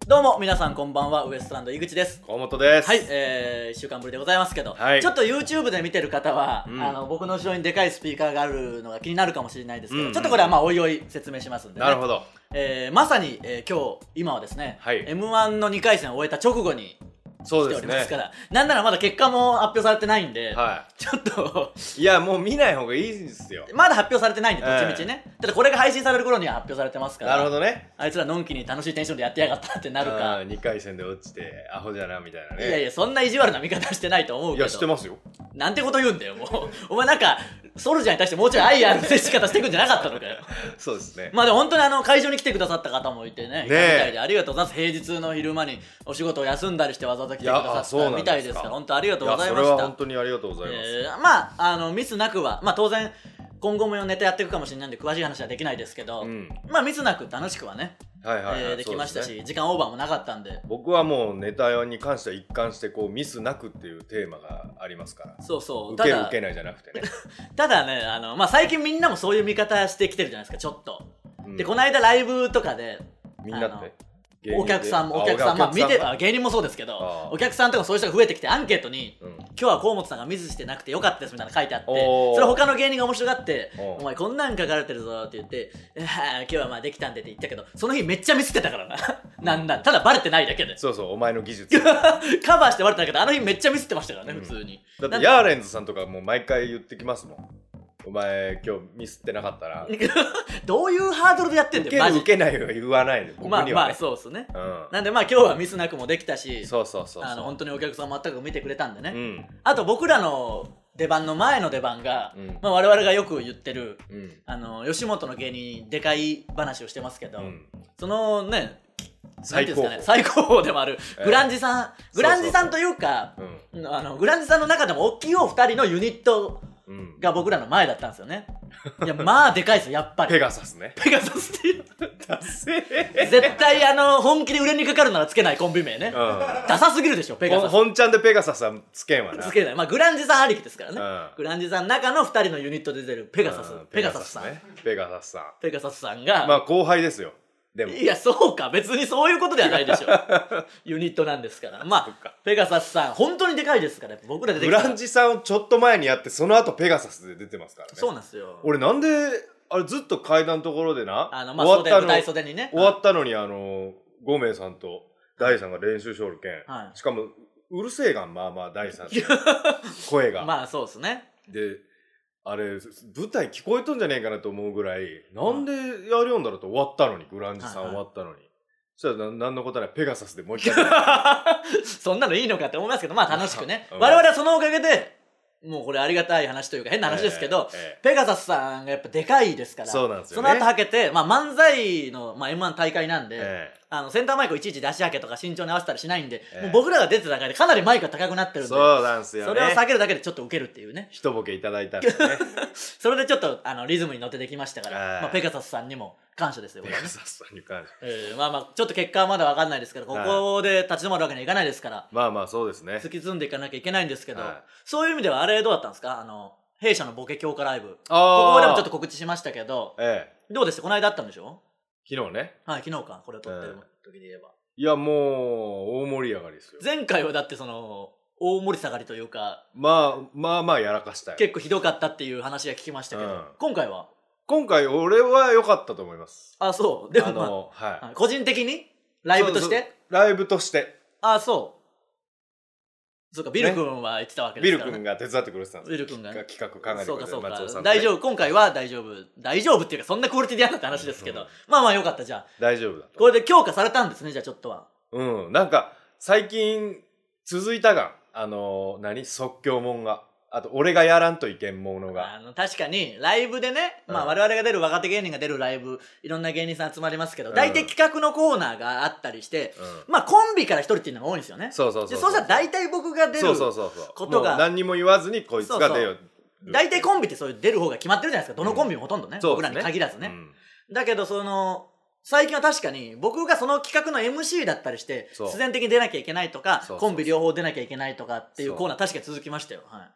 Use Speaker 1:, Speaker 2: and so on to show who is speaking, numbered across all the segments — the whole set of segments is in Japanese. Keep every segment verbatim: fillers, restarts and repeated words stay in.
Speaker 1: どうも皆さんこんばんは、ウエストランド井口です。
Speaker 2: 河本です。
Speaker 1: はい、えー、いっしゅうかんぶりでございますけど、
Speaker 2: はい、
Speaker 1: ちょっと YouTube で見てる方は、
Speaker 2: うん、
Speaker 1: あの僕の後ろにでかいスピーカーがあるのが気になるかもしれないですけど、うんうん、ちょっとこれはまあおいおい説明しますんでね。
Speaker 2: なるほど。
Speaker 1: えー、まさに、えー、今日今はですね、
Speaker 2: はい、
Speaker 1: エムワン のにかい戦を終えた直後に
Speaker 2: そうですね、
Speaker 1: 来ておりますから、なんならまだ結果も発表されてないんで、
Speaker 2: はい、
Speaker 1: ちょっと
Speaker 2: いやもう見ない方がいいですよ。
Speaker 1: まだ発表されてないんで、どっちみちね、えー、ただこれが配信される頃には発表されてますから。
Speaker 2: なるほどね。
Speaker 1: あいつらのんきに楽しいテンションでやってやがったってなるか、
Speaker 2: にかい戦で落ちてアホじゃなみたいなね。
Speaker 1: いやいや、そんな意地悪な見方してないと思うけど。
Speaker 2: いやしてますよ。
Speaker 1: なんてこと言うんだよもうお前なんかソルジャーに対してもうちょい愛ある接し方していくんじゃなかったのかよ。
Speaker 2: そうですね。
Speaker 1: まあでも本当にあの会場に来てくださった方もいてね、
Speaker 2: ねえ、
Speaker 1: みたいでありがとうございます。平日の昼間にお仕事を休んだりしてわざわざ来てくださったみたいですから、本当ありがとうございました。
Speaker 2: いやそれは本当にありがとうございます。
Speaker 1: えー、まああのミスなくは、まあ当然今後もネタやっていくかもしれないんで詳しい話はできないですけど、うん、まあミスなく楽しくはね、はいはいはい、えー、できましたし、ね、時間オーバーもなかったんで、
Speaker 2: 僕はもうネタに関しては一貫してこうミスなくっていうテーマがありますから。
Speaker 1: そうそう、
Speaker 2: 受ける受けないじゃなくてね
Speaker 1: ただね、あの、まあ、最近みんなもそういう見方してきてるじゃないですか、ちょっと、うん、でこの間ライブとかで
Speaker 2: みんなって
Speaker 1: お客さんもお客さん、まあ見てた芸人もそうですけど、お客さんとかそういう人が増えてきて、アンケートに、うん、今日は河本さんがミスしてなくてよかったですみたいなの書いてあって、それ他の芸人が面白がって、お前こんなん書かれてるぞって言って、今日はまあできたんでって言ったけど、その日めっちゃミスってたからななんだ、ただバレてないだけで。
Speaker 2: そうそう、お前の技術
Speaker 1: カバーしてバレてたけど、あの日めっちゃミスってましたからね、うん、普通に。
Speaker 2: だってヤーレンズさんとかもう毎回言ってきますもん。お前今日ミスってなかったら
Speaker 1: どういうハードルでやってんだよ。
Speaker 2: 受ける受けないは言わないで、僕にはね。
Speaker 1: まあまあそうですね、うん、なんでまあ今日はミスなくもできたし、
Speaker 2: そうそうそうそう、
Speaker 1: あの本当にお客さん全く見てくれたんでね、うん、あと僕らの出番の前の出番が、うん、まあ、我々がよく言ってる、うん、あの吉本の芸人でかい話をしてますけど、うん、そのね最高峰、ね、最高峰でもあるグランジさん、えー、グランジさんというか、うん、あのグランジさんの中でも大きいお二人のユニットが僕らの前だったんですよね。いやまあでかいですよやっぱり。
Speaker 2: ペガサスね。
Speaker 1: ペガサスっていう絶対あの本気で売れにかかるならつけないコンビ名ね、うん、ダサすぎるでしょペガサス。
Speaker 2: 本ちゃんでペガサスはつけんわな。
Speaker 1: つけない。まあグランジさんありきですからね、うん、グランジさんの中のふたりのユニットで出るペガサス、うん、ペガサスさん、
Speaker 2: ペガサスさん
Speaker 1: ペガサスさんが
Speaker 2: まあ後輩ですよ。でも
Speaker 1: いやそうか、別にそういうことではないでしょユニットなんですから。まあペガサスさん本当にでかいですから、僕ら出てきた
Speaker 2: グランジさんをちょっと前にやって、その後ペガサスで出てますからね。
Speaker 1: そうなんですよ。
Speaker 2: 俺なんであれずっと階段のところでな、
Speaker 1: あの、まあ、終わったの、舞台袖にね、
Speaker 2: 終わったのにあのごめいさんと大さんが練習しおるけん、はい、しかもうるせえがん、まあまあ大さん声が
Speaker 1: まあそうですね。
Speaker 2: であれ舞台聞こえとんじゃねえかなと思うぐらい、なんでやるよんだろうと。終わったのに、グランジさん終わったのに、はいはい、そしたら何のことないペガサスでもう一回
Speaker 1: そんなのいいのかって思いますけど、まあ楽しくね、我々はそのおかげでもうこれありがたい話というか変な話ですけど、えーえー、ペガサスさんがやっぱでかいですから、
Speaker 2: そうなんですよね。
Speaker 1: その後はけて、まあ、漫才の、まあ、エムワン 大会なんで、えー、あのセンターマイクをいちいち出しはけとか身長に合わせたりしないんで、えー、もう僕らが出てた段階でかなりマイクが高くなってるんで、
Speaker 2: そうなんですよね。
Speaker 1: それを下げるだけでちょっとウケるっていうね、
Speaker 2: 一ボケいただいたんですね
Speaker 1: それでちょっとあのリズムに乗ってできましたから、まあ、ペガサスさんにも感謝ですよ。
Speaker 2: ペガサスさんに感謝、
Speaker 1: えー、まあまあちょっと結果はまだ分かんないですけど、ここで立ち止まるわけにはいかないですから、
Speaker 2: まあまあそうですね、
Speaker 1: 突き進んでいかなきゃいけないんですけど、はい、そういう意味ではあれどうだったんですか、あの弊社のボケ強化ライブ、ここでもちょっと告知しましたけど、ええ、どうでした？この間あったんでしょ？
Speaker 2: 昨日ね。
Speaker 1: はい、昨日か、これを撮ってる時で言えば、
Speaker 2: ええ、いやもう大盛り上がりですよ。
Speaker 1: 前回はだってその大盛り下がりというか、
Speaker 2: まあまあまあやらかしたよ。
Speaker 1: 結構ひどかったっていう話が聞きましたけど、うん、今回は
Speaker 2: 今回俺は良かったと思います。
Speaker 1: あ、そう。でも、まあの、はい、個人的にライブとして、
Speaker 2: ライブとして
Speaker 1: あ、そうそうか、ビル君は言ってたわけですからね。
Speaker 2: ビル君が手伝ってくれてたんです。
Speaker 1: ビル君が、ね、
Speaker 2: 企画考えてくれて、そうかそうか、
Speaker 1: 松尾さん、ね、大丈夫、今回は大丈夫大丈夫っていうかそんなクオリティでやったって話ですけど、うん、まあまあよかった。じゃあ
Speaker 2: 大丈夫だと。
Speaker 1: これで強化されたんですね。じゃあちょっとは、
Speaker 2: うん、なんか最近続いたがあのー、何即興もんが、あと俺がやらんといけんものが、
Speaker 1: あの確かにライブでね、まあ、我々が出る若手芸人が出るライブ、いろんな芸人さん集まりますけど、大体、うん、企画のコーナーがあったりして、うん、まあコンビから一人っていうのが多いんですよね。そうそうそうそう。でそうしたら大体僕が出ることが
Speaker 2: 何にも言わずにこいつが出よう。
Speaker 1: 大体コンビってそういう出る方が決まってるじゃないですか。どのコンビもほとんどね、うん、僕らに限らずね、うん、だけどその最近は確かに僕がその企画の エムシー だったりして必然的に出なきゃいけないとか、コンビ両方出なきゃいけないとかっていうコーナー確かに続きましたよ。はい、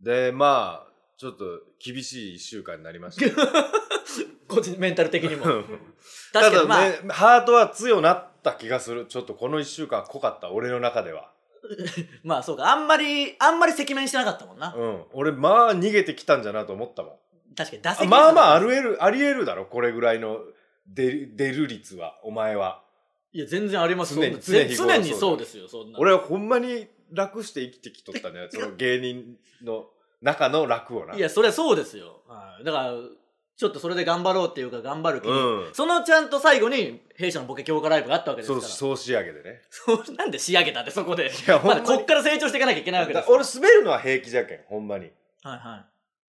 Speaker 2: でまあちょっと厳しいいっしゅうかんになりました
Speaker 1: 個人メンタル的にも
Speaker 2: ただね、まあ、ハートは強なっった気がする。ちょっとこのいっしゅうかん濃かった俺の中では。
Speaker 1: まあそうか、あんまりあんまり赤面してなかったもんな。
Speaker 2: うん。俺まあ逃げてきたんじゃなと思ったもん。
Speaker 1: 確かに打席
Speaker 2: まあまあありえるありえるだろ、これぐらいの出る出る率はお前は。
Speaker 1: いや全然あります。
Speaker 2: 常に
Speaker 1: 常に常にそうですよ。そんな。
Speaker 2: 俺はほんまに楽して生きてきとったね。その芸人の中の楽をな。
Speaker 1: いやそれはそうですよ。だからちょっとそれで頑張ろうっていうか頑張る気に、うん、そのちゃんと最後に弊社のボケ強化ライブがあったわけですから。
Speaker 2: そうそう仕上げでね。
Speaker 1: そうなんで仕上げたってそこで。いやまだこっから成長していかなきゃいけないわけですから。
Speaker 2: 俺滑るのは平気じゃけんほんまに。
Speaker 1: はいはい。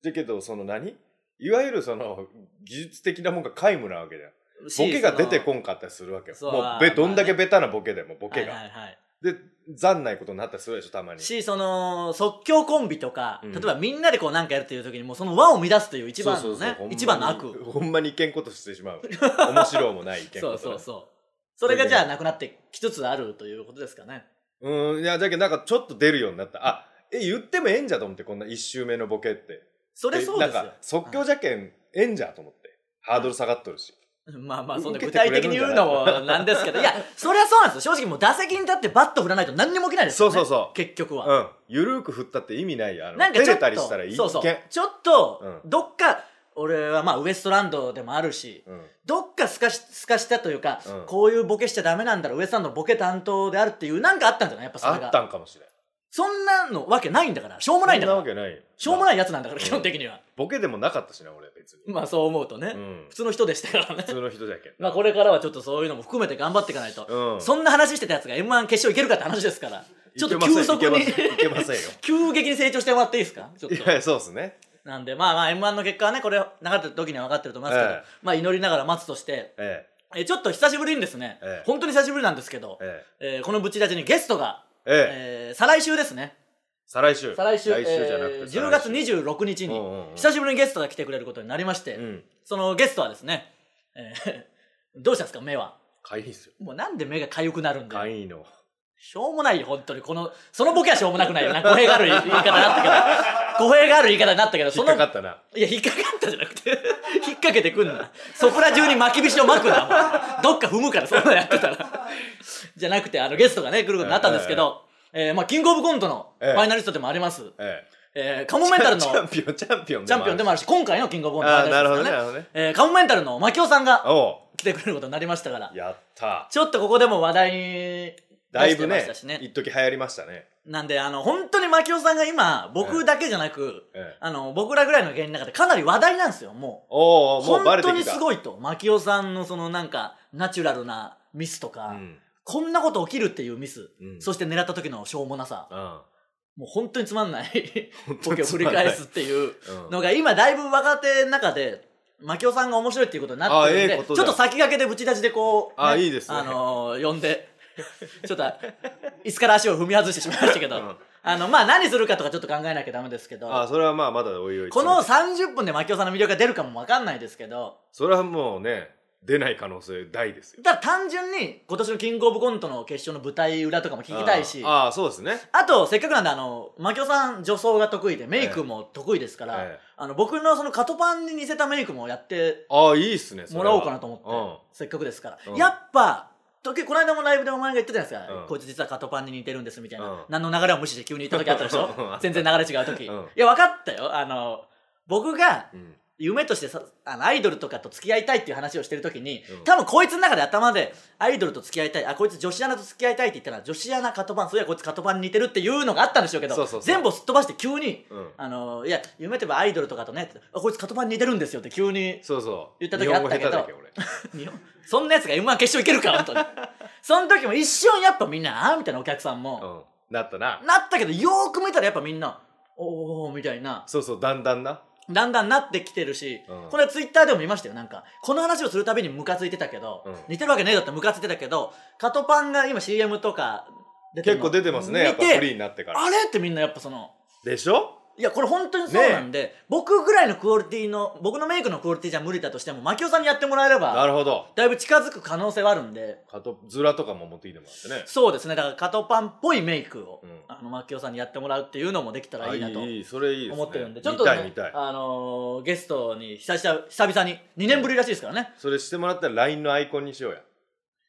Speaker 2: だけどその何いわゆるその技術的なもんが皆無なわけだよ。ボケが出てこんかったりするわけよ。もうべどんだけベタなボケでもボケが。はいはいはい、で残ないことになったりするでしょたまに。
Speaker 1: しその即興コンビとか、うん、例えばみんなでこうなんかやるっていう時にもうその輪を乱すという一番のね一番の悪。
Speaker 2: ほんまにいけんことしてしまう。面白もないいけんこと、ね。
Speaker 1: そうそうそう。それがじゃあなくなってきつつあるということですかね。
Speaker 2: うんいやだけどなんかちょっと出るようになった。あえ言ってもええんじゃと思ってこんないっ週目のボケって。
Speaker 1: それそうですよ。
Speaker 2: なんか即興じゃけんええんじゃと思って。ハードル下がっとるし。
Speaker 1: まあまあそんな具体的に言うのもなんですけどいやそれはそうなんですよ。正直もう打席に立ってバット振らないと何にも起きないですよね。そうそうそう結局は。
Speaker 2: うんゆるーく振ったって意味ないや。なんかちょっと照れたりしたらいい。
Speaker 1: そうそうちょっとどっか俺はまあウエストランドでもあるし、うん、どっかすかしすかしたというか、うん、こういうボケしちゃダメなんだろウエストランドのボケ担当であるっていうなんかあったんじゃないやっぱそれが。
Speaker 2: あったんかもしれん。
Speaker 1: そんなのわけないんだからしょうもないんだから。
Speaker 2: そんなわけない。
Speaker 1: しょうもないやつなんだから、うん、基本的には。
Speaker 2: ボケでもなかったしな俺別に。
Speaker 1: まあそう思うとね、うん、普通の人でしたからね。
Speaker 2: 普通の人だけど。
Speaker 1: まあこれからはちょっとそういうのも含めて頑張っていかないと、うん、そんな話してたやつが エムワン 決勝いけるかって話ですから。ちょっと急速にいけませんよ。急激に成長してもらっていいですかちょっと。
Speaker 2: いやそうですね。
Speaker 1: なんでまあまあ エムワン の結果はねこれ流れてる時には分かってると思いますけど、ええ、まあ祈りながら待つとして、ええ、えちょっと久しぶりにですね、ええ、本当に久しぶりなんですけど、えええー、このブチラジにゲストが、えええー、再来週ですね。
Speaker 2: 再来週
Speaker 1: 再来週
Speaker 2: 来週じゃなくて、
Speaker 1: えー、じゅうがつにじゅうろくにちに久しぶりにゲストが来てくれることになりまして、うん、そのゲストはですね、えー、どうしたんですか目は。
Speaker 2: かゆいっすよ。
Speaker 1: もうなんで目がかゆくなるんだよ。
Speaker 2: かゆいの
Speaker 1: しょうもないよ本当にこのそのボケはしょうもなくないよな。語弊がある言い方になったけど語弊がある言い方になったけど
Speaker 2: 引っかかったな。
Speaker 1: いや引っかかったじゃなくて引っ掛けてくんな。そこら中に巻き菱を巻くな。どっか踏むからそんなのやってたらじゃなくてあのゲストがね来ることになったんですけど、えーえーまあ、キングオブコントのファイナリストでもあります、えええー、カモメンタルのチ
Speaker 2: ャンピオンチャンピオン
Speaker 1: チャンピオンでもあるし今回のキングオブコントのファイナリストですからね、えー、カモメンタルの牧雄さんが来てくれることになりましたから。
Speaker 2: やった
Speaker 1: ちょっとここでも話題に
Speaker 2: だいぶね一時流行りましたね。
Speaker 1: なんであの本当に牧雄さんが今僕だけじゃなく、ええ、あの僕らぐらいの芸人の中でかなり話題なんですよ。もう
Speaker 2: おもうバレてきた。
Speaker 1: 本当にすごいと牧雄さんのそのなんかナチュラルなミスとか、うん、こんなこと起きるっていうミス、うん、そして狙った時のしょうもなさ、うん、もう本当につまんないボケを繰り返すっていうのが今だいぶ若手の中で牧雄さんが面白いっていうことになってるんで、ええ、ちょっと先駆けでブチラジでこう、ね、
Speaker 2: あいいですね、
Speaker 1: あのー、呼んでちょっと椅子から足を踏み外してしまいましたけど、うん、あのまあ何するかとかちょっと考えなきゃダメですけど、
Speaker 2: あそれはまあまだおいおい
Speaker 1: このさんじゅっぷんで牧雄さんの魅力が出るかも分かんないですけど、
Speaker 2: それはもうね出ない可能性大ですよ。
Speaker 1: ただ単純に今年のキングオブコントの決勝の舞台裏とかも聞きたいし、
Speaker 2: ああそうですね。
Speaker 1: あとせっかくなんであの牧雄さん女装が得意でメイクも得意ですから、ええ、あの僕のそのカトパンに似せたメイクもやって
Speaker 2: ああいいっすね
Speaker 1: もらおうかなと思って、うん、せっかくですから、うん、やっぱ時この間もライブでお前が言ってたじゃないですか、うん、こいつ実はカトパンに似てるんですみたいな、うん、何の流れを無視して急に言った時あったでしょ全然流れ違う時、うん、いや分かったよ。あの僕が、うん夢としてさあのアイドルとかと付き合いたいっていう話をしてる時に、うん、多分こいつの中で頭でアイドルと付き合いたい、あこいつ女子アナと付き合いたいって言ったら女子アナカトパン、そういやこいつカトパンに似てるっていうのがあったんでしょうけど、そうそうそう全部すっ飛ばして急に、うん、あのいや夢といえばアイドルとかとねあこいつカトパンに似てるんですよって急に言った時あったけど、そうそうそんなやつが エムワン 決勝いけるか本当にその時も一瞬やっぱみんなあみたいなお客さんも、
Speaker 2: うん、なったな
Speaker 1: なったけどよーく見たらやっぱみんなおおみたいな、
Speaker 2: そうそうだんだんな
Speaker 1: だんだんなってきてるし、うん、これツイッターでも見ましたよ。なんかこの話をするたびにムカついてたけど、うん、似てるわけねえだってムカついてたけど、カトパンが今 シーエム とか
Speaker 2: 出てるの結構出てますね。やっぱフリーになってから
Speaker 1: あれってみんなやっぱその
Speaker 2: でしょ。
Speaker 1: いやこれ本当にそうなんで、ね、僕ぐらいのクオリティの僕のメイクのクオリティじゃ無理だとしても牧雄さんにやってもらえれば
Speaker 2: なるほど
Speaker 1: だいぶ近づく可能性はあるんで、
Speaker 2: カトズラとかも持ってきてもらってね。
Speaker 1: そうですね。だからカトパンっぽいメイクを、うん、あの牧雄さんにやってもらうっていうのもできたらいいなと
Speaker 2: いいそれいいですね、
Speaker 1: 思ってるんで、ちょっと、ね、
Speaker 2: 見たい見たい
Speaker 1: あのー、ゲストに久々久々ににねんぶりらしいですからね、
Speaker 2: うん、それしてもらったら ライン のアイコンにしようや。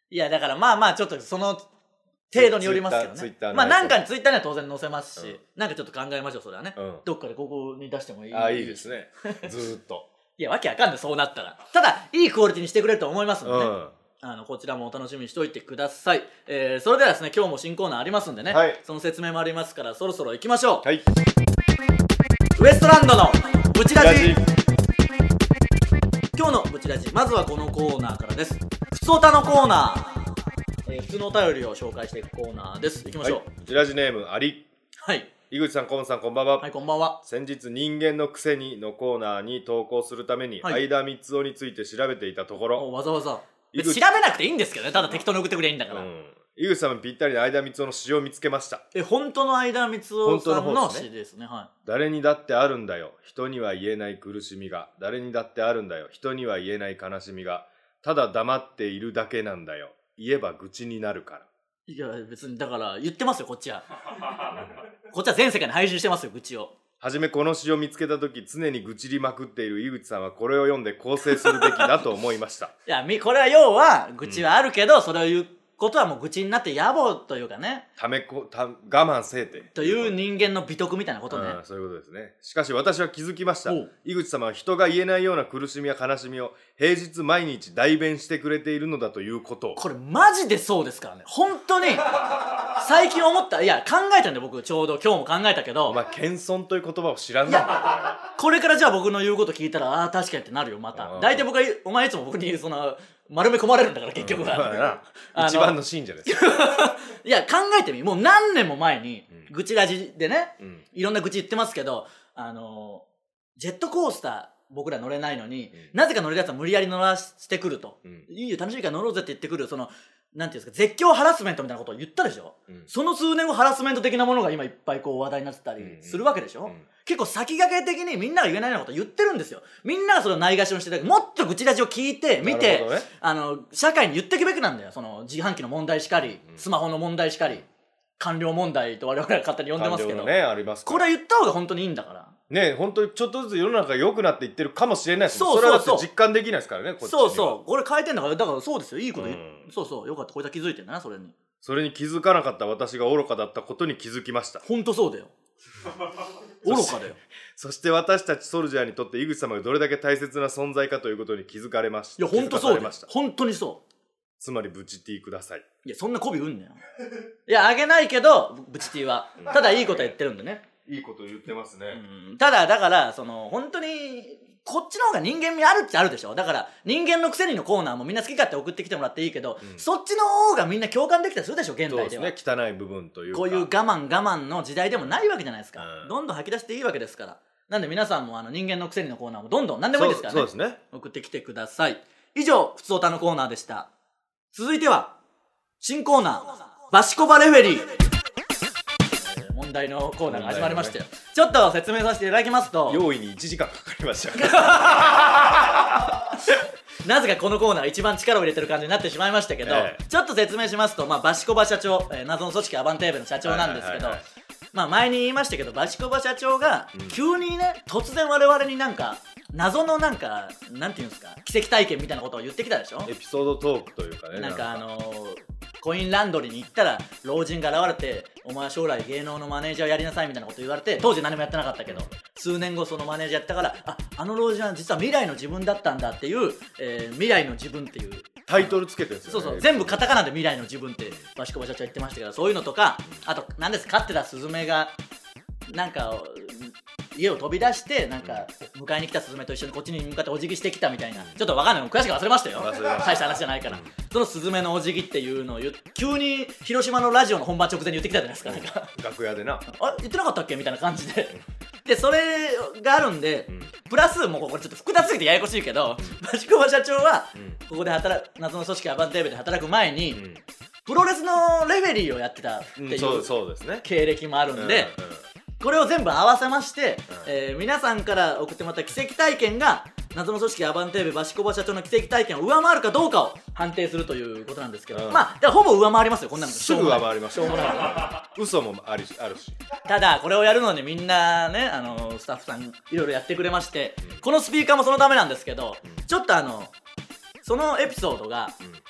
Speaker 1: いやだからまあまあちょっとその程度によりますけどね。ツイッターまあなんかにツイッターには当然載せますし、うん、なんかちょっと考えましょうそれはね、うん、どっかでここに出してもいい。
Speaker 2: あいいですねずーっと
Speaker 1: いやわけわかんないそうなったら。ただいいクオリティにしてくれると思いますのでね、うん、あのこちらもお楽しみにしておいてください。えー、それではですね今日も新コーナーありますんでね、はい、その説明もありますからそろそろ行きましょう。はい、ウエストランドのブチラジ。今日のブチラジまずはこのコーナーからです。ふつおたのコーナー、えー、普通のお便りを紹介していくコーナーです。いきましょう。はい、
Speaker 2: ブチラジネームアリ。
Speaker 1: はい、
Speaker 2: 井口さん、コンさん、こんばんは。
Speaker 1: はい、こんばんは。
Speaker 2: 先日人間のくせにのコーナーに投稿するために、はい、相田光雄について調べていたところ、
Speaker 1: わざわざ調べなくていいんですけどね、ただ適当に送ってくれいいんだから、うん、
Speaker 2: 井口さんもぴったりの相田光雄の詩を見つけました。
Speaker 1: え本当の相田光雄さんの詩ですね。はい、
Speaker 2: 誰にだってあるんだよ人には言えない苦しみが、誰にだってあるんだよ人には言えない悲しみが、ただ黙っているだけなんだよ言えば愚痴になるから。
Speaker 1: いや別にだから言ってますよこっちはこっちは全世界に配信してますよ愚痴を。
Speaker 2: はじめこの詩を見つけた時常に愚痴りまくっている井口さんはこれを読んで構成するべきだと思いました
Speaker 1: いやこれは要は愚痴はあるけど、うん、それを言うことはもう愚痴になって野暮というかね、
Speaker 2: ためこた我慢せえて
Speaker 1: という人間の美徳みたいなことね。
Speaker 2: そういうことですね。しかし私は気づきました。井口様は人が言えないような苦しみや悲しみを平日毎日代弁してくれているのだということを。
Speaker 1: これマジでそうですからね本当に最近思った。いや考えたんで僕ちょうど今日も考えたけど、
Speaker 2: お前謙遜という言葉を知らんな。
Speaker 1: これからじゃあ僕の言うこと聞いたらああ確かにってなるよまた。大体僕はお前いつも僕にその丸め込まれるんだから結局は、
Speaker 2: うん、一番の信者です
Speaker 1: いや考えてみ、もう何年も前に、うん、愚痴ラジでね、うん、いろんな愚痴言ってますけど、あのジェットコースター僕ら乗れないのに、うん、なぜか乗れるやつは無理やり乗らしてくると、うん、いいよ楽しいから乗ろうぜって言ってくる、そのなんていうんですか絶叫ハラスメントみたいなことを言ったでしょ、うん、その数年後ハラスメント的なものが今いっぱいこう話題になってたりするわけでしょ、うんうん、結構先駆け的にみんなが言えないようなことを言ってるんですよ。みんながそれをないがしろにしてたけど、もっと愚痴ラジを聞いて見て、ね、あの社会に言っていくべきなんだよ。その自販機の問題しかり、うん、スマホの問題しかり、官僚問題と我々が勝手に呼んでますけど、
Speaker 2: ね、ありますから。
Speaker 1: これは言った方が本当にいいんだから
Speaker 2: ね、本当にちょっとずつ世の中が良くなっていってるかもしれないです。そうそうそう、それはだって実感できないですからね。こっちには
Speaker 1: そうそう、これ変えてんだから。だからそうですよ、いいこと言う、うん、そうそう、よかった。これだけ気づいてんだなそれに。
Speaker 2: それに気づかなかった私が愚かだったことに気づきました。
Speaker 1: 本当そうだよ愚かだよ
Speaker 2: そして私たちソルジャーにとって井口様がどれだけ大切な存在かということに気づかれました。
Speaker 1: いや本当そうだよ、本当にそう。
Speaker 2: つまりブチティください。
Speaker 1: いやそんな媚びうんなよいやあげないけどブチティはただいいことは言ってるんでね。
Speaker 2: いいこと言ってますね、
Speaker 1: うん、ただだからその本当にこっちの方が人間味あるっちゃあるでしょ。だから人間のくせにのコーナーもみんな好き勝手送ってきてもらっていいけど、うん、そっちの方がみんな共感できたりするでしょ現代では。
Speaker 2: そうですね、汚い部分というか
Speaker 1: こういう我慢我慢の時代でもないわけじゃないですか、うん、どんどん吐き出していいわけですから。なんで皆さんもあの人間のくせにのコーナーもどんどん何でもいいですからね、
Speaker 2: そ, そうですね
Speaker 1: 送ってきてください。以上ふつおたのコーナーでした。続いては新コーナーバシコバレフェリー問題のコーナーが始まりましたよ、ね、ちょっと説明させていただきますと、
Speaker 2: 用意にいちじかんかかりました
Speaker 1: なぜかこのコーナーが一番力を入れてる感じになってしまいましたけど、ええ、ちょっと説明しますと、まあ、バシコバ社長、えー、謎の組織アバンテーベの社長なんですけど、まあ前に言いましたけどバシコバ社長が急にね、うん、突然我々になんか謎のなんかなんていうんですか奇跡体験みたいなことを言ってきたでしょ。
Speaker 2: エピソードトークというかね、
Speaker 1: なんかあのー、コインランドリーに行ったら老人が現れてお前将来芸能のマネージャーやりなさいみたいなこと言われて、当時何もやってなかったけど数年後そのマネージャーやったから、ああの老人は実は未来の自分だったんだっていう、えー、未来の自分っていう
Speaker 2: タイトルつけてるんですよね。
Speaker 1: そうそう、全部カタカナで未来の自分ってバシコバ社長言ってましたけど、そういうのとか、あと何ですか飼ってたスズメがなんか家を飛び出してなんか迎えに来たスズメと一緒にこっちに向かってお辞儀してきたみたいな、ちょっと分かんない、詳しく忘れましたよ、大した話じゃないから、うん、そのスズメのお辞儀っていうのを急に広島のラジオの本番直前に言ってきたじゃないですか、なんか
Speaker 2: 楽屋でな、
Speaker 1: あ言ってなかったっけみたいな感じででそれがあるんで、うん、プラスもうこれちょっと複雑すぎてややこしいけど、うん、バシコバ社長は、うん、ここで働く謎の組織アバンテーベで働く前に、うん、プロレスのレフェリーをやってたっていう、うん、そうですね、経歴もあるんで、うんうん、これを全部合わせまして、うん、えー、皆さんから送ってもらった奇跡体験が謎の組織アバンテーベバシコバ社長の奇跡体験を上回るかどうかを判定するということなんですけど、うん、まあだからほぼ上回りますよ、こんなの
Speaker 2: すぐ上回りますよ、嘘もありあるし。
Speaker 1: ただこれをやるのにみんなね、あのスタッフさんいろいろやってくれまして、うん、このスピーカーもそのためなんですけど、うん、ちょっとあのそのエピソードが、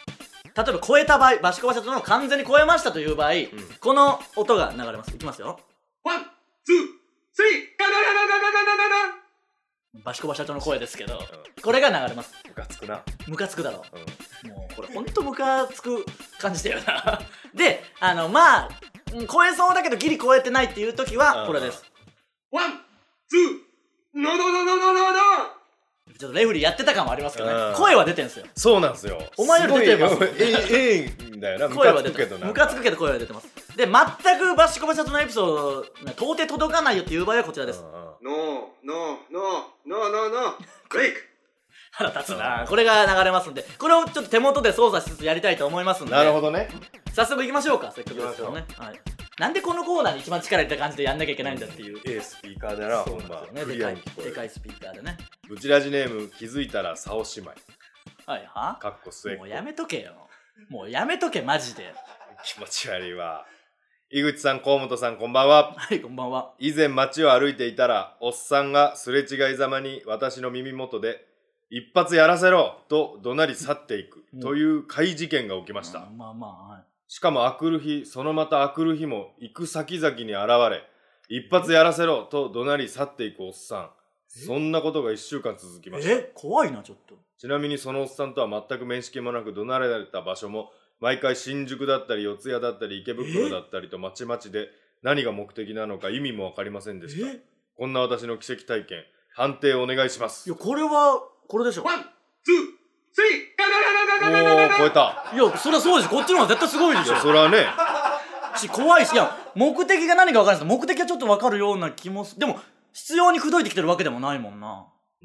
Speaker 1: 例えば超えた場合、バシコバ社長の完全に超えましたという場合、うん、この音が流れます。いきますよ。ワン、ツー、スリー、ガガガガガガガガガ。バシコバ社長の声ですけど、うん、これが流れます。
Speaker 2: ムカつくな。
Speaker 1: ムカつくだろ、うん、もうこれほんとムカつく感じだよなで、あのまあ超えそうだけどギリ超えてないっていう時はこれです。ワン、ツー、ノノノノノノノ。ちょっとレフリーやってた感もありますけどね。声は出てんすよ。
Speaker 2: そうなんすよ。
Speaker 1: お前より出てます。
Speaker 2: ええんだよな。ムカつくけどな。
Speaker 1: ムカつくけど声は出てます。で、全くバシコバ社長のエピソード到底届かないよっていう場合はこちらです。ノーノーノーノーノーノーブレイク。腹立つな。これが流れますんで、これをちょっと手元で操作しつつやりたいと思いますんで。
Speaker 2: なるほどね。
Speaker 1: 早速行きましょうか。せっかくですからね。はい。なんでこのコーナーに一番力入れた感じでやんなきゃいけないんだっていう。
Speaker 2: ええスピーカーだな。ほんま。
Speaker 1: でかいでかいスピーカーでね。
Speaker 2: ブチラジネーム気づいたらサオ姉妹。
Speaker 1: はいは。
Speaker 2: かっこ末っ子。
Speaker 1: もうやめとけよ。もうやめとけマジで。
Speaker 2: 気持ち悪いわ。井口さん、河本さん、こんばんは。
Speaker 1: はい、こんばんは。
Speaker 2: 以前街を歩いていたら、おっさんがすれ違いざまに私の耳元で、一発やらせろと怒鳴り去っていくという怪事件が起きました。
Speaker 1: うん、まあまあ、はい。
Speaker 2: しかもあくる日、そのまたあくる日も行く先々に現れ、一発やらせろと怒鳴り去っていくおっさん。そんなことが一週間続きました。
Speaker 1: え、怖いな、ちょっと。
Speaker 2: ちなみにそのおっさんとは全く面識もなく怒鳴られた場所も、毎回新宿だったり四谷だったり池袋だったりとまちまちで何が目的なのか意味も分かりませんでした。こんな私の奇跡体験、判定をお願いします。
Speaker 1: いや、これはこれでしょ。ワン、ツー、スリー、
Speaker 2: ガガガガガガガガガ。おー、超えた。
Speaker 1: いや、そりゃそうです。こっちの方が絶対すごいでしょ。
Speaker 2: いや、それはね。
Speaker 1: し、怖いし、いや、目的が何か分からないです。目的はちょっと分かるような気もする。でも、必要に口説いてきてるわけでもないもんな。
Speaker 2: うん。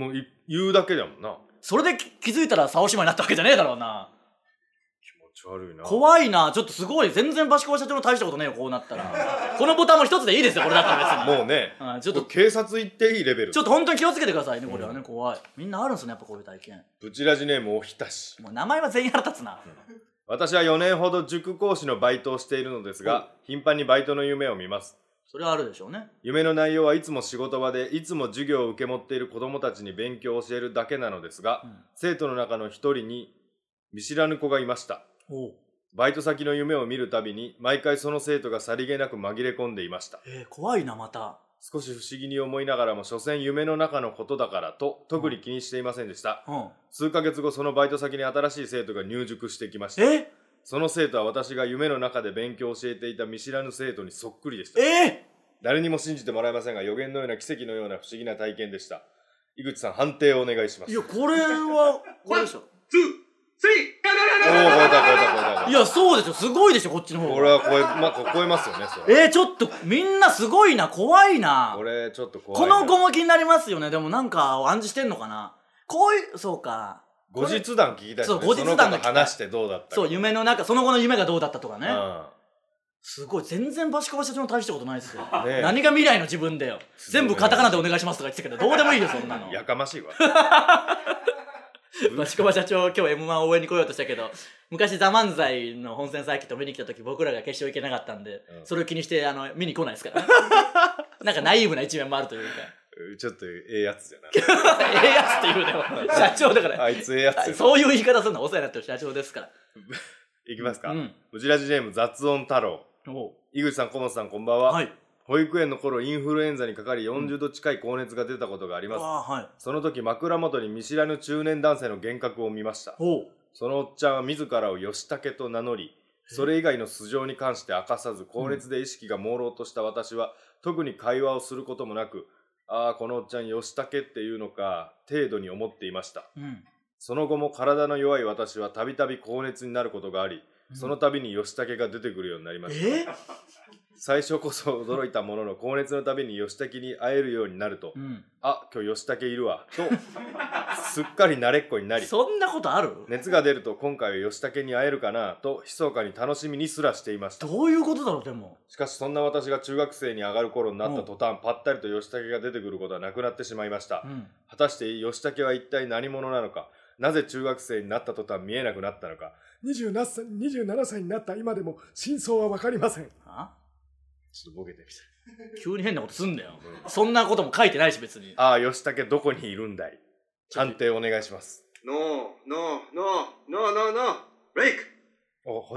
Speaker 2: もう言うだけだもんな。
Speaker 1: それで気づいたら竿島になったわけじゃねえだろうな。
Speaker 2: 悪いな。
Speaker 1: 怖いな。ちょっとすごい。全然バシコバ社長の大したことねえよ、こうなったら。このボタンも一つでいいですよ、これだったら別に。
Speaker 2: もうね、
Speaker 1: うん、ちょっと
Speaker 2: 警察行っていいレベル。
Speaker 1: ちょっと本当に気をつけてくださいね、これはね、うん、怖い。みんなあるんすね、やっぱこういう体験。
Speaker 2: ブチラジネームおひたし。
Speaker 1: もう名前は全員腹立つな。
Speaker 2: うん、私はよねんほど塾講師のバイトをしているのですが、うん、頻繁にバイトの夢を見ます。
Speaker 1: それはあるでしょうね。
Speaker 2: 夢の内容はいつも仕事場でいつも授業を受け持っている子どもたちに勉強を教えるだけなのですが、うん、生徒の中の一人に見知らぬ子がいました。おう。バイト先の夢を見るたびに毎回その生徒がさりげなく紛れ込んでいました。
Speaker 1: えー、怖いな。また
Speaker 2: 少し不思議に思いながらも所詮夢の中のことだからと特に気にしていませんでした、うん、数ヶ月後そのバイト先に新しい生徒が入塾してきました。
Speaker 1: え
Speaker 2: その生徒は私が夢の中で勉強を教えていた見知らぬ生徒にそっくりでした。
Speaker 1: え
Speaker 2: 誰にも信じてもらえませんが予言のような奇跡のような不思議な体験でした。井口さん判定をお願いします。
Speaker 1: いやこれはこれでしょ。スリー、
Speaker 2: おー、超えた超えた超えた。
Speaker 1: いや、そうでしょ。すごいでしょ、こっちの方が。
Speaker 2: これは超え、ま、超えますよね、そ
Speaker 1: れ。えー、ちょっと、みんなすごいな、怖いな。
Speaker 2: これ、ちょっと怖いな。
Speaker 1: この後も気になりますよね。でもなんか、暗示してんのかな。こういう、そうか。
Speaker 2: 後日談聞きたいですね。
Speaker 1: そう、後日談が
Speaker 2: 話してどうだったか。
Speaker 1: そう、夢の中、その後の夢がどうだったとかね。うん。すごい、全然バシコバ社長の大したことないですよ。ね、何が未来の自分だよ。全部カタカナでお願いしますとか言ってたけど、どうでもいいよ、そんなの。
Speaker 2: やかましいわ。
Speaker 1: バシコバ社長今日 エムワン 応援に来ようとしたけど昔ザ・漫才の本戦サーキット見に来た時僕らが決勝行けなかったんで、うん、それを気にしてあの見に来ないですからなんかナイーブな一面もあるというか
Speaker 2: ちょっとええやつじゃな
Speaker 1: ええやつって言うね社長だから
Speaker 2: あいつええやつ
Speaker 1: そういう言い方するのお世話になってる社長ですから
Speaker 2: いきますか、うん、うじらじネーム雑音太郎。井口さん、小本さん、こんばんは。はい。保育園の頃インフルエンザにかかりよんじゅうど近い高熱が出たことがあります、うんはい、その時枕元に見知らぬ中年男性の幻覚を見ました。そのおっちゃんは自らを義武と名乗りそれ以外の素性に関して明かさず高熱で意識が朦朧とした私は、うん、特に会話をすることもなくああこのおっちゃん義武っていうのか程度に思っていました、うん、その後も体の弱い私はたびたび高熱になることがあり、うん、その度に義武が出てくるようになりました。え最初こそ驚いたものの高熱のたびに義武に会えるようになると、うん、あ今日義武いるわとすっかり慣れっこになり
Speaker 1: そんなことある？
Speaker 2: 熱が出ると今回は義武に会えるかなと密かに楽しみにすらしていました。
Speaker 1: どういうことだろう。でも
Speaker 2: しかしそんな私が中学生に上がる頃になった途端、うん、ぱったりと義武が出てくることはなくなってしまいました、うん、果たして義武は一体何者なのか、なぜ中学生になった途端見えなくなったのか、
Speaker 3: にじゅうななさい、にじゅうななさいになった今でも真相は分かりません。
Speaker 2: はちょっとボケてみた。
Speaker 1: 急に変なことすんだよ、うん、そんなことも書いてないし別に。
Speaker 2: ああ義武どこにいるんだい。判定お願いします。
Speaker 4: ノーノーノーノーノーノー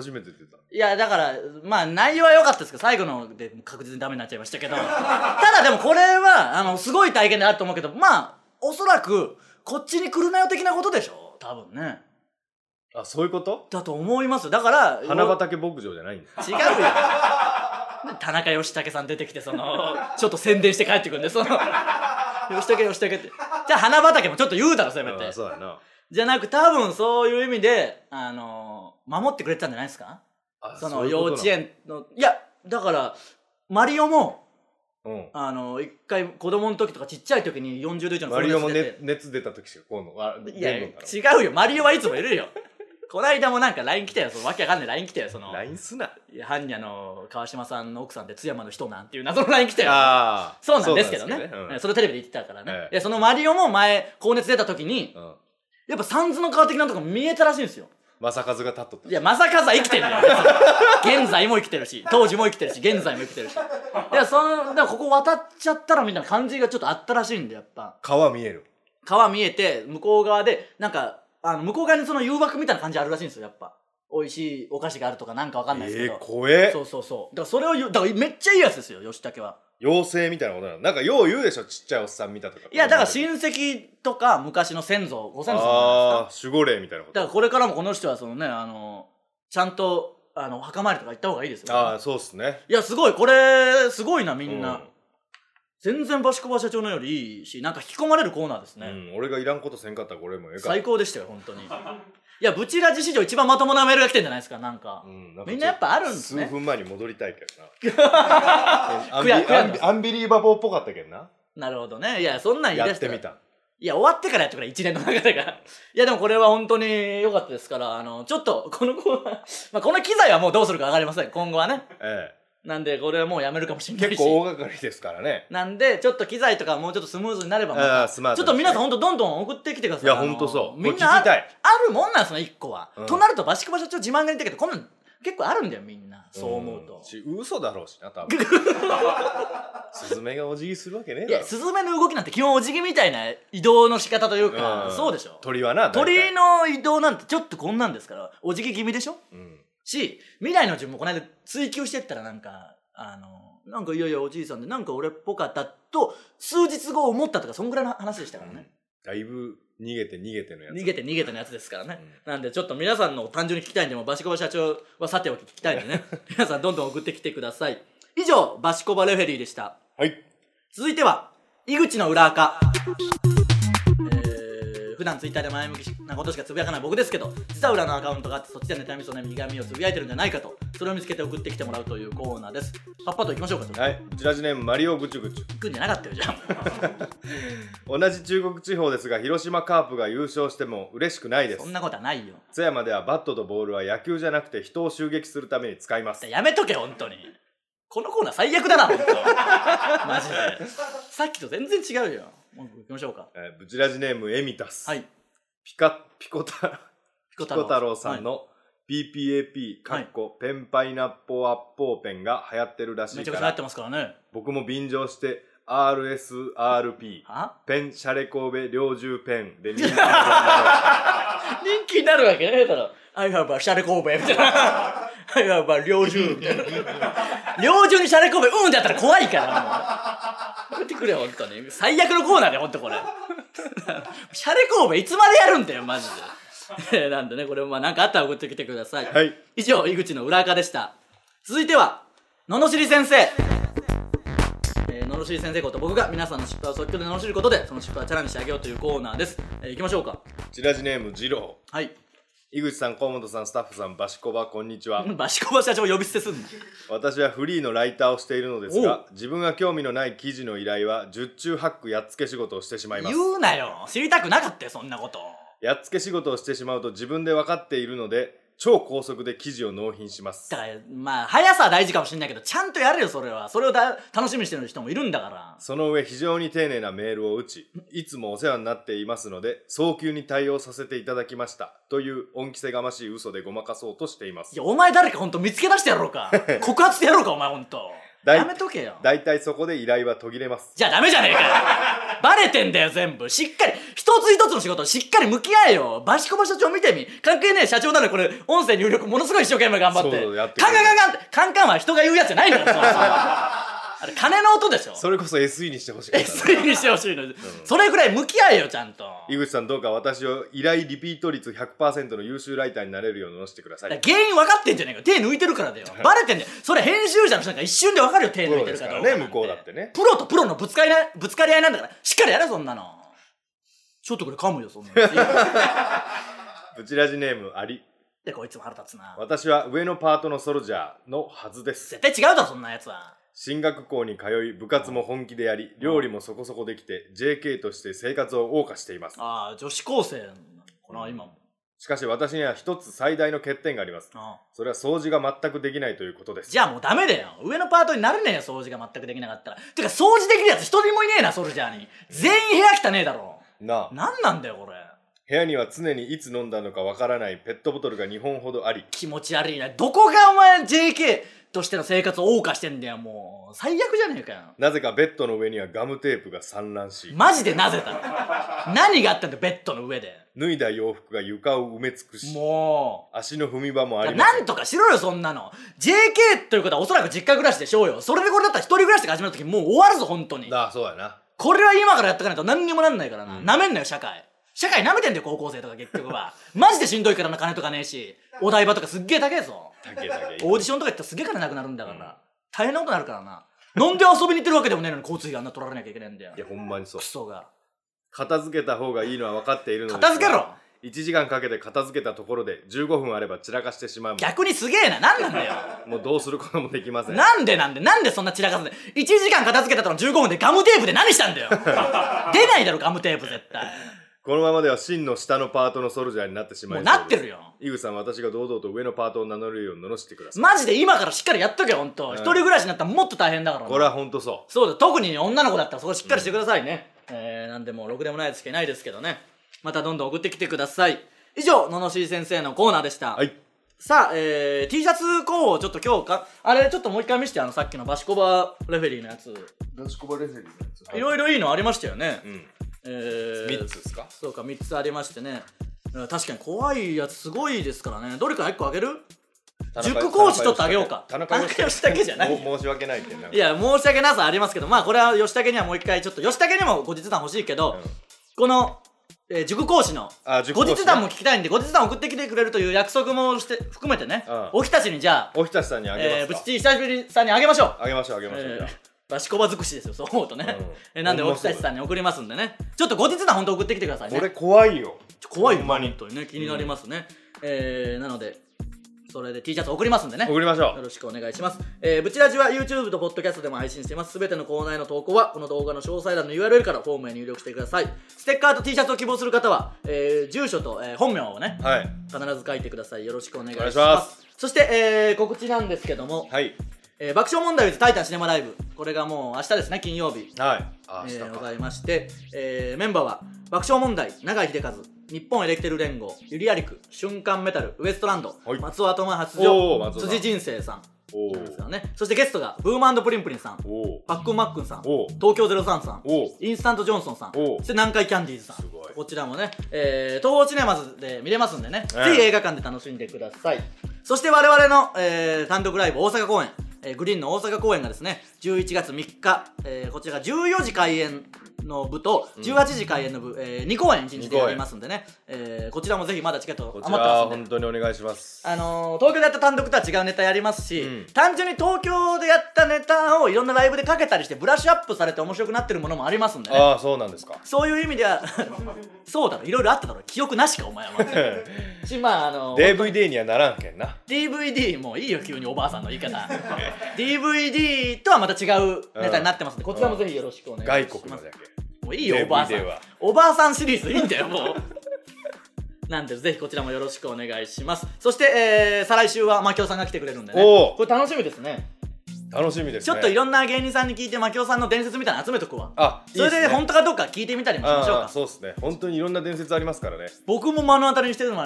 Speaker 2: 初めて出た。
Speaker 1: いやだからまあ内容は良かったですけど最後ので確実にダメになっちゃいましたけどただでもこれはあのすごい体験であると思うけどまあおそらくこっちに来るなよ的なことでしょ多分ね。
Speaker 2: あ、そういうこと
Speaker 1: だと思います。だから
Speaker 2: 花畑牧場じゃないんだ。
Speaker 1: 違うよ田中義武さん出てきてそのちょっと宣伝して帰ってくるんでその義武義武ってじゃあ花畑もちょっと言うだろせめて。
Speaker 2: あ、そうやな。
Speaker 1: じゃなく多分そういう意味であの守ってくれてたんじゃないですか。その幼稚園のいやだからマリオも、うん、あの一回子供の時とかちっちゃい時によんじゅうど以上の
Speaker 2: マリオも、ね、熱出た時しかこうのあ
Speaker 1: いや違うよマリオはいつもいるよこないだもなんか ライン 来たよそのわけわかんない ライン 来たよその
Speaker 2: ライン すない
Speaker 1: や般若の川島さんの奥さんって津山の人なんていう謎の ライン 来たよ。あそうなんですけどね そ, ね、うん、それテレビで言ってたからね、ええ、いやそのマリオも前高熱出た時に、うん、やっぱサンズの川的なとこ見えたらしいんですよ。
Speaker 2: 正和が立っとった。
Speaker 1: いや正和は生きてるよ現在も生きてるし当時も生きてるし現在も生きてるしいやそのだからここ渡っちゃったらみたいな感じがちょっとあったらしいんでやっぱ
Speaker 2: 川見える
Speaker 1: 川見えて向こう側でなんかあの向こう側にその誘惑みたいな感じあるらしいんですよやっぱ美味しいお菓子があるとかなんかわかんないですけど。
Speaker 2: えー、怖え。
Speaker 1: そうそうそう。だからそれを言う、だからめっちゃいいやつですよ、吉武は。
Speaker 2: 妖精みたいなことなの。なんかよう言うでしょ、ちっちゃいおっさん見たとか。
Speaker 1: いや、だから親戚とか昔の先祖、ご先祖さんじゃないですか。
Speaker 2: ああ、守護霊みたいなこと。
Speaker 1: だからこれからもこの人はそのね、あの、ちゃんと、あの、墓参りとか行った方がいいですよ、ね。
Speaker 2: ああ、そうっすね。
Speaker 1: いや、すごい、これ、すごいな、みんな。うん、全然バシコバ社長のよりいいし、なんか引き込まれるコーナーですね。
Speaker 2: うん、俺がいらんことせんかったらこれもええか。
Speaker 1: 最高でしたよ、本当に。いや、ブチラジ史上一番まともなメールが来てんじゃないですか、なんか。うん、なんかみんなやっぱあるんですね。
Speaker 2: 数分前に戻りたいけどな。アンビアンビアンビリーバボーっぽかったけどな。
Speaker 1: なるほどね。いや、そんなん言い出したら。
Speaker 2: やってみた。
Speaker 1: いや、終わってからやってくれ、一年の中でが。いや、でもこれは本当に良かったですから、あの、ちょっと、このコーナー、まあ、この機材はもうどうするか分かりません、今後はね。ええ。なんで、これはもうやめるかもしれないし。
Speaker 2: 結構大掛かりですからね。
Speaker 1: なんで、ちょっと機材とかもうちょっとスムーズになればまた、スマート、ね、ちょっと皆さんほんとどんどん送ってきてください。
Speaker 2: いや、ほんとそう。
Speaker 1: みんな あ, あるもんなんですね、一個は。うん、となると、バシコバ社長自慢が言ったけど、こんなん結構あるんだよ、みんな。そう思うと。
Speaker 2: うん、嘘だろうしな、多分。スズメがお辞儀するわけねえだろ。
Speaker 1: いや、スズメの動きなんて基本お辞儀みたいな移動の仕方というか、うん、そうでしょ。
Speaker 2: 鳥はな、
Speaker 1: 鳥の移動なんてちょっとこんなんですから、お辞儀気味でしょ、うん、し、未来の自分もこの間追求してったらなんか、あの、なんかいやいやおじいさんでなんか俺っぽかったと数日後思ったとかそんぐらいの話でしたからね、
Speaker 2: うん、だいぶ逃げて逃げてのやつ
Speaker 1: 逃げて逃げてのやつですからね、うん、なんでちょっと皆さんの単純に聞きたいんでもバシコバ社長はさておき聞きたいんでね皆さんどんどん送ってきてください。以上バシコバレフェリーでした。
Speaker 2: はい。
Speaker 1: 続いては井口の裏垢。普段ツイッターで前向きなことしかつぶやかない僕ですけど、実は裏のアカウントがあってそっちで妬みそねみひがみをつぶやいてるんじゃないかと、それを見つけて送ってきてもらうというコーナーです。パッパといきましょうか。
Speaker 2: はい。ブチラジネームマリオぐちゅぐちゅ。
Speaker 1: 行くんじゃなかったよじゃあ
Speaker 2: 同じ中国地方ですが広島カープが優勝しても嬉しくないです。
Speaker 1: そんなことはないよ。
Speaker 2: 津山ではバットとボールは野球じゃなくて人を襲撃するために使います。
Speaker 1: やめとけ本当に。このコーナー最悪だな本当マジでさっきと全然違うよ。もう行きましょうか。
Speaker 2: えー、ブチラジネームエミタス。
Speaker 1: はい。
Speaker 2: ピカピコタピコ太郎さんの ピーピーエーピー かっこペンパイナッポーアッポーペンが流行ってるらしいから、
Speaker 1: めちゃくちゃ流行ってますからね。
Speaker 2: 僕も便乗して アールエスアールピー ペンシャレ神戸猟銃ペンで人気になる
Speaker 1: 人気になるわけねえだろ。I have a シャレ神戸みたいなI have a 猟銃みたいな猟銃にシャレ神戸うんってやったら怖いからもうやめてくれよ本当に。最悪のコーナーで本当これシャレ神戸いつまでやるんだよマジでなんでねこれもまあ何かあったら送ってきてください。
Speaker 2: はい。
Speaker 1: 以上井口の裏垢でした。続いてはののしり先生、えー、ののしり先生こと僕が皆さんの失敗を即興で罵ることでその失敗をチャラにしてあげようというコーナーです。えー、いきましょうか。
Speaker 2: チラジネームジロー。
Speaker 1: はい。
Speaker 2: 井口さん、河本さん、スタッフさん、バシコバこんにちは。
Speaker 1: バシコバ社長呼び捨てすんの。
Speaker 2: 私はフリーのライターをしているのですが、自分が興味のない記事の依頼は十中八九やっつけ仕事をしてしまいます。
Speaker 1: 言うなよ、知りたくなかったよそんなこと。
Speaker 2: やっつけ仕事をしてしまうと自分で分かっているので超高速で記事を納品します。
Speaker 1: だからまあ速さは大事かもしれないけどちゃんとやれよそれは。それをだ楽しみにしてる人もいるんだから。
Speaker 2: その上非常に丁寧なメールを打ち、いつもお世話になっていますので早急に対応させていただきましたという恩着せがましい嘘でごまかそうとしています。
Speaker 1: いやお前誰かほんと見つけ出してやろうか告発してやろうかお前ほんと。 やめとけよ。
Speaker 2: だいたいそこで依頼は途切れます。
Speaker 1: じゃあダメじゃねえかよバレてんだよ全部。しっかり一つ一つの仕事しっかり向き合えよ。バシコバ社長見てみ。関係ねえ社長なのにこれ音声入力ものすごい一生懸命頑張って
Speaker 2: そうやって
Speaker 1: カンカンカンカンってカンカンは人が言うやつじゃないんだよそあれ金の音でしょ。
Speaker 2: それこそ エスイー にしてほしかった、ね、
Speaker 1: エスイー にしてほしいの、うん、それぐらい向き合えよちゃんと。
Speaker 2: 井口さんどうか私を依頼リピート率 ひゃくパーセント の優秀ライターになれるように乗せてください。
Speaker 1: 原因分かってんじゃねえか。手抜いてるからだよバレてんだよ。それ編集者の人なんか一瞬で分かるよ。手抜いてるから
Speaker 2: プロですからね向こうだってね。
Speaker 1: プロとプロのぶつかりなぶつかり合いなんだからしっかりやれそんなの。ちょっとこれ噛むよそんなの
Speaker 2: ブチラジネームアリ
Speaker 1: でこいつも腹立つな。
Speaker 2: 私は上のパートのソルジャーのはずです。
Speaker 1: 絶対違うだろそんなやつは。
Speaker 2: 進学校に通い部活も本気でやり料理もそこそこできて ジェーケー として生活を謳歌しています。
Speaker 1: ああ女子高生なのかな今も。
Speaker 2: しかし私には一つ最大の欠点があります。ああそれは掃除が全くできないということです。
Speaker 1: じゃあもうダメだよ。上のパートになれねえよ掃除が全くできなかったら。てか掃除できるやつ一人もいねえなソルジャーに。全員部屋汚ねえだろ
Speaker 2: なあ。
Speaker 1: なんなんだよこれ。
Speaker 2: 部屋には常にいつ飲んだのかわからないペットボトルがにほんほどあり
Speaker 1: 気持ち悪いな。どこがお前 ジェーケー としての生活を謳歌してんだよ。もう最悪じゃねえかよ。
Speaker 2: なぜかベッドの上にはガムテープが散乱し
Speaker 1: マジでなぜだ何があったんだベッドの上で。
Speaker 2: 脱いだ洋服が床を埋め尽くし
Speaker 1: もう
Speaker 2: 足の踏み場もありません。
Speaker 1: なんとかしろよそんなの。 ジェーケー ということはおそらく実家暮らしでしょうよ。それでこれだったら一人暮らしが始まる時もう終わるぞ本当に。
Speaker 2: ああそうやな。
Speaker 1: これは今からやっとかないと何にもなんないからな、
Speaker 2: うん、
Speaker 1: なめんなよ社会。社会なめてんだよ高校生とか結局はマジでしんどいからな。金とかねえしお台場とかすっげえ高えぞ。
Speaker 2: 高え高え
Speaker 1: オーディションとか行ったらすげえ金なくなるんだから、うん、大変なことになるからな。なんで遊びに行ってるわけでもねえのに交通費あんな取られなきゃいけないんだよ。
Speaker 2: いやほんまにそう。
Speaker 1: クソが
Speaker 2: 片付けた方がいいのは分かっているのですが
Speaker 1: 片付けろ。
Speaker 2: いちじかんかけて片付けたところでじゅうごふんあれば散らかしてしまう。
Speaker 1: 逆にすげえな。なんなんだよ
Speaker 2: もうどうすることもできません。
Speaker 1: なんでなんでなんでそんな散らかすんだよ。いちじかん片付けたとのじゅうごふんでガムテープで何したんだよ出ないだろガムテープ絶対。
Speaker 2: このままでは真の下のパートのソルジャーになってしまいそうです。
Speaker 1: もうなってるよ。
Speaker 2: 井口さん私が堂々と上のパートを名乗れるように罵ってください。
Speaker 1: マジで今からしっかりやっとけよほんと、うん、一人暮らしになったらもっと大変だからな。
Speaker 2: これはほんとそう
Speaker 1: そうだ。特に女の子だったらそこしっかりしてくださいね、うん、えー、なんでもうろくでもないですけどないですけどね。またどんどん送ってきてください。以上ののしー先生のコーナーでした。
Speaker 2: はい。
Speaker 1: さあ、えー、T シャツ候補ちょっと今日かあれちょっともう一回見せて。あのさっきのバシコバレフェリーのやつ。
Speaker 2: バシコバレフェリーのやつ、
Speaker 1: いろいろいいのありましたよね。うん。えー、
Speaker 2: みっつですか。
Speaker 1: そうかみっつありましてね。確かに怖いやつすごいですからね。どれかいっこあげる。塾講師ちょっとあげようか。
Speaker 2: 田中義武じゃない。申し訳ないって
Speaker 1: いや申し訳なさありますけど、まあこれは義武にはもう一回ちょっと義武にも後日談欲しいけど、うん、この、えー、塾講師の後日談も聞きたいんで後日談送ってきてくれるという約束もして含めてね、うん、おひたちにじゃあ
Speaker 2: おひたちさんにあげますか。
Speaker 1: えー、ブチチー久しぶりさんにあげましょう。
Speaker 2: あげましょうあげましょう、えー
Speaker 1: バシコバ尽くしですよそう思うとね、うん、えなんでおひたちさんに送りますんでね。ちょっと後日談ほんと送ってきてくださいね。
Speaker 2: これ怖いよ。
Speaker 1: 怖いよ本当にね気になりますね、うん、えー、なのでそれで T シャツ送りますんでね
Speaker 2: 送りましょう。
Speaker 1: よろしくお願いします。えー、ブチラジは YouTube と Podcast でも配信しています。すべてのコーナーへの投稿はこの動画の詳細欄の ユーアールエル からフォームへ入力してください。ステッカーと T シャツを希望する方は、えー、住所と、えー、本名をね、はい、必ず書いてください。よろしくお願いします。ますそして、えー、告知なんですけども、はいえー、爆笑問題 with タイタンシネマライブ、これがもう明日ですね金曜日、はいあ明日か、えー、ございまして、えー、メンバーは爆笑問題永井秀和、日本エレキテル連合、ユリアリク、瞬間メタル、ウエストランド、はい、松尾アトム発情、辻人生さんなんですよね。そしてゲストがブーマンプリンプリンさん、パックンマックンさん、東京ゼロさんさん、インスタントジョンソンさん、そして南海キャンディーズさん、こちらもね、えー、東宝シネマズで見れますんでね、えー、ぜひ映画館で楽しんでください。そして我々の、えー、単独ライブ大阪公演、えー、グリーンの大阪公演がですねじゅういちがつみっか、えー、こちらがじゅうよじ開演の部とじゅうはちじ開演の部、えー、に公演いちにちでやりますんでね、えー、こちらもぜひまだチケット余ってますんで、
Speaker 2: 本当にお願いします。
Speaker 1: あのー、東京でやった単独とは違うネタやりますし、うん、単純に東京でやったネタをいろんなライブでかけたりしてブラッシュアップされて面白くなってるものもありますんでね。
Speaker 2: ああそうなんですか。
Speaker 1: そういう意味ではそうだろ、いろいろあっただろ、記憶なしかお前はしまああのー、
Speaker 2: ディーブイディー にはならんけんな。
Speaker 1: ディーブイディー もういいよ急におばあさんの言い方ディーブイディー とはまた違うネタになってますんで、こちらもぜひよろしくお願いします。
Speaker 2: 外国のだけ
Speaker 1: もういいよおばあさん、おばあさんシリーズいいんだよもうなんでぜひこちらもよろしくお願いします。そして、えー、再来週はマキオさんが来てくれるんでね、これ楽しみですね。
Speaker 2: 楽しみですね。
Speaker 1: ちょっといろんな芸人さんに聞いてマキオさんの伝説みたいなの集めとくわ。あ、いいですね。それで本当かどうか聞いてみたりもしましょうか。
Speaker 2: そうですね、本当にいろんな伝説ありますからね。
Speaker 1: 僕も目の当たりにしてるのは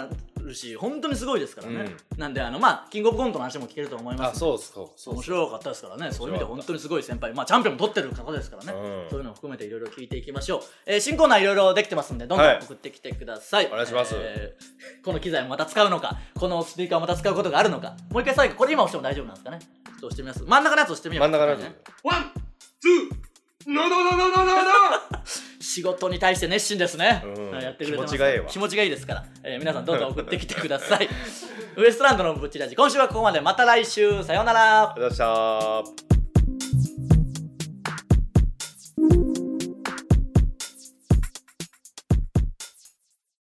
Speaker 1: るし本当にすごいですからね、うん、なんであのまあキングオブコントの話も聞けると思います。
Speaker 2: あそうそうそう
Speaker 1: 面白かったですからね。そういう意味で本当にすごい先輩、まあチャンピオンも取ってる方ですからね、うん、そういうのを含めていろいろ聞いていきましょう。えー、新コーナーいろいろできてますんでどんどん送ってきてください、
Speaker 2: はい、お願いします、
Speaker 1: えー、この機材をまた使うのかこのスピーカーをまた使うことがあるのか、もう一回最後これ今押しても大丈夫なんですかね。そうしてみます。真ん中のやつ押してみよう。
Speaker 2: 真ん中のやつ、ね、
Speaker 3: ワンツーノノノノノノノ
Speaker 1: 仕事に対して熱心ですね、
Speaker 2: うん、
Speaker 1: やってくれてます。
Speaker 2: 気持ちがいいわ。
Speaker 1: 気持ちがいいですから、えー、皆さんどんどん送ってきてくださいウエストランドのブチラジ今週はここまで。また来週さようなら。
Speaker 2: ありがとうございました。